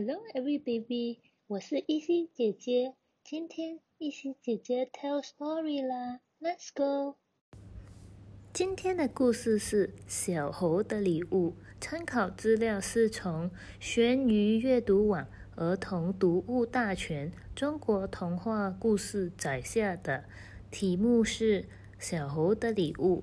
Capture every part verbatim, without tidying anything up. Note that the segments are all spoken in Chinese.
Hello, every baby， 我是依稀姐姐。今天依稀姐姐 tell story 啦 ，Let's go。今天的故事是小猴的礼物，参考资料是从轩辕阅读网儿童读物大全中国童话故事载下的，题目是小猴的礼物。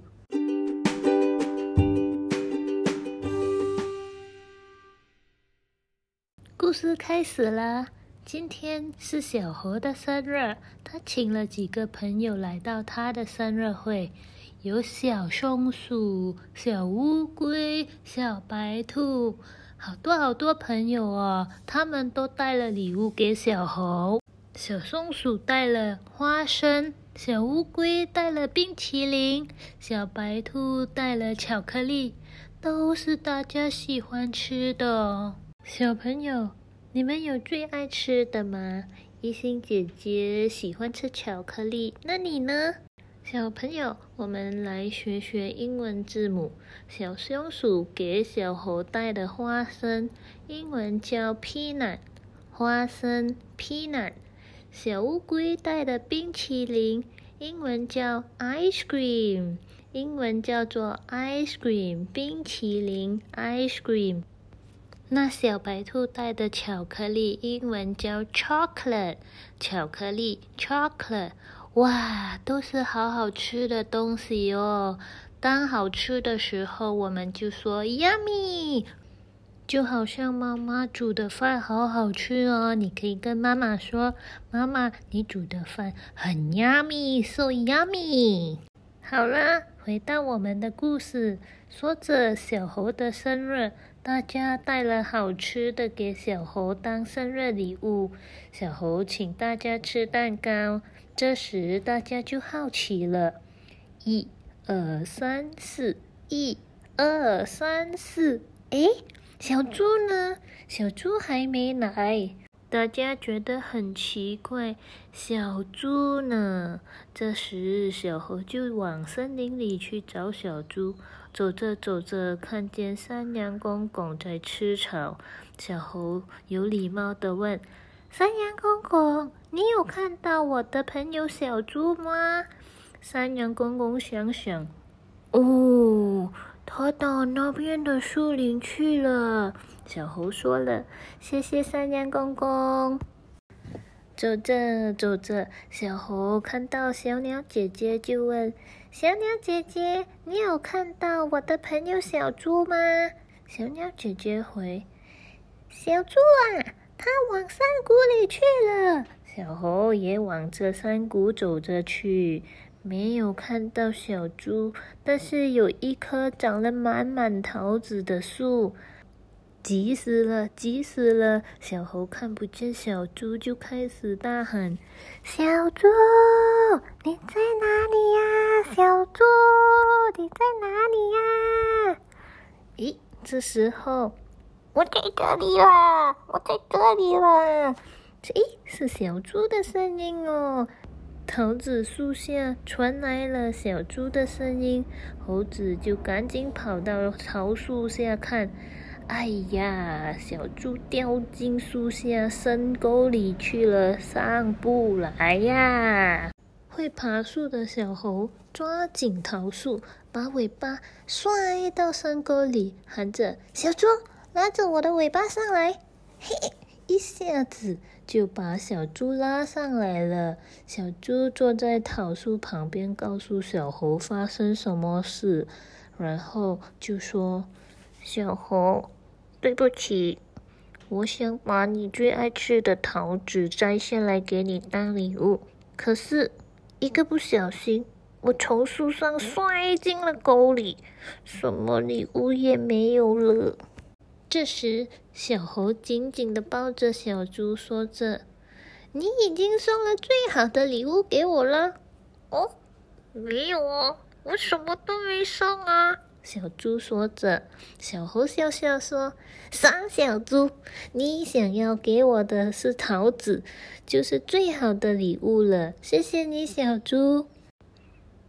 故事开始啦！今天是小猴的生日，他请了几个朋友来到他的生日会，有小松鼠、小乌龟、小白兔，好多好多朋友哦。他们都带了礼物给小猴。小松鼠带了花生，小乌龟带了冰淇淋，小白兔带了巧克力，都是大家喜欢吃的哦。小朋友，你们有最爱吃的吗？依心姐姐喜欢吃巧克力，那你呢？小朋友，我们来学学英文字母。小松鼠给小猴带的花生，英文叫 peanut， 花生 peanut。小乌龟带的冰淇淋，英文叫 ice cream， 英文叫做 ice cream， 冰淇淋 ice cream。那小白兔带的巧克力，英文叫 chocolate， 巧克力 chocolate。 哇，都是好好吃的东西哦。当好吃的时候，我们就说 yummy， 就好像妈妈煮的饭好好吃哦。你可以跟妈妈说，妈妈，你煮的饭很 yummy， so yummy。 好啦，回到我们的故事，说着小猴的生日，大家带了好吃的给小猴当生日礼物。小猴请大家吃蛋糕，这时大家就好奇了。一二三四，一二三四，诶，小猪呢？小猪还没来。大家觉得很奇怪，小猪呢？这时小猴就往森林里去找小猪，走着走着看见山羊公公在吃草，小猴有礼貌地问，山羊公公，你有看到我的朋友小猪吗？山羊公公想想，哦，他到那边的树林去了。小猴说了，谢谢山羊公公。走着走着，小猴看到小鸟姐姐，就问，小鸟姐姐，你有看到我的朋友小猪吗？小鸟姐姐回，小猪啊，它往山谷里去了。小猴也往这山谷走着去，没有看到小猪，但是有一棵长了满满桃子的树。急死了，急死了！小猴看不见小猪，就开始大喊，小猪，你在哪里呀？小猪，你在哪里呀？咦，这时候，我在这里啦，我在这里啦！咦，是小猪的声音哦。桃子树下传来了小猪的声音，猴子就赶紧跑到桃树下看，哎呀，小猪掉进树下深沟里去了，上不来呀！会爬树的小猴抓紧桃树，把尾巴摔到深沟里，喊着，小猪，拉着我的尾巴上来。嘿，一下子就把小猪拉上来了。小猪坐在桃树旁边，告诉小猴发生什么事，然后就说，小猴，对不起，我想把你最爱吃的桃子摘下来给你当礼物，可是一个不小心，我从树上摔进了沟里，什么礼物也没有了。这时，小猴紧紧地抱着小猪，说着，你已经送了最好的礼物给我了。哦，没有哦，我什么都没送啊。小猪说着，小猴笑笑说，傻小猪，你想要给我的是桃子，就是最好的礼物了，谢谢你，小猪。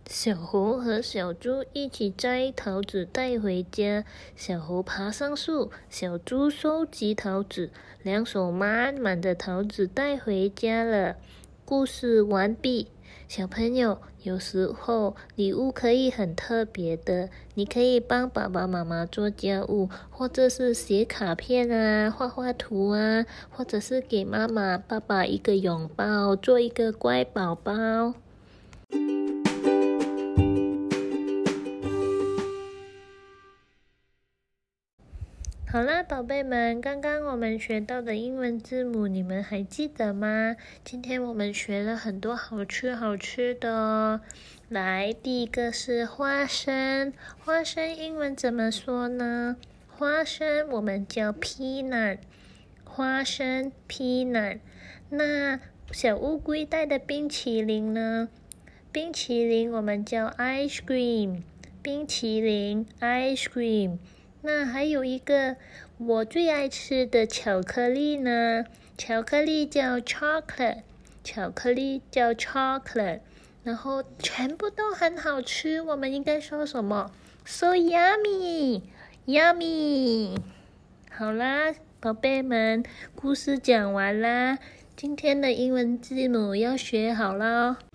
小猴和小猪一起摘桃子带回家。小猴爬上树，小猪收集桃子，两手满满的桃子带回家了。故事完毕。小朋友，有时候礼物可以很特别的，你可以帮爸爸妈妈做家务，或者是写卡片啊、画画图啊，或者是给妈妈、爸爸一个拥抱，做一个乖宝宝。好啦，宝贝们，刚刚我们学到的英文字母，你们还记得吗？今天我们学了很多好吃好吃的哦。来，第一个是花生，花生英文怎么说呢？花生我们叫 peanut， 花生 peanut。那小乌龟带的冰淇淋呢？冰淇淋我们叫 ice cream， 冰淇淋 ice cream。那还有一个我最爱吃的巧克力呢，巧克力叫 chocolate， 巧克力叫 chocolate， 然后全部都很好吃，我们应该说什么？ So yummy yummy。 好啦，宝贝们，故事讲完啦，今天的英文字母要学好咯。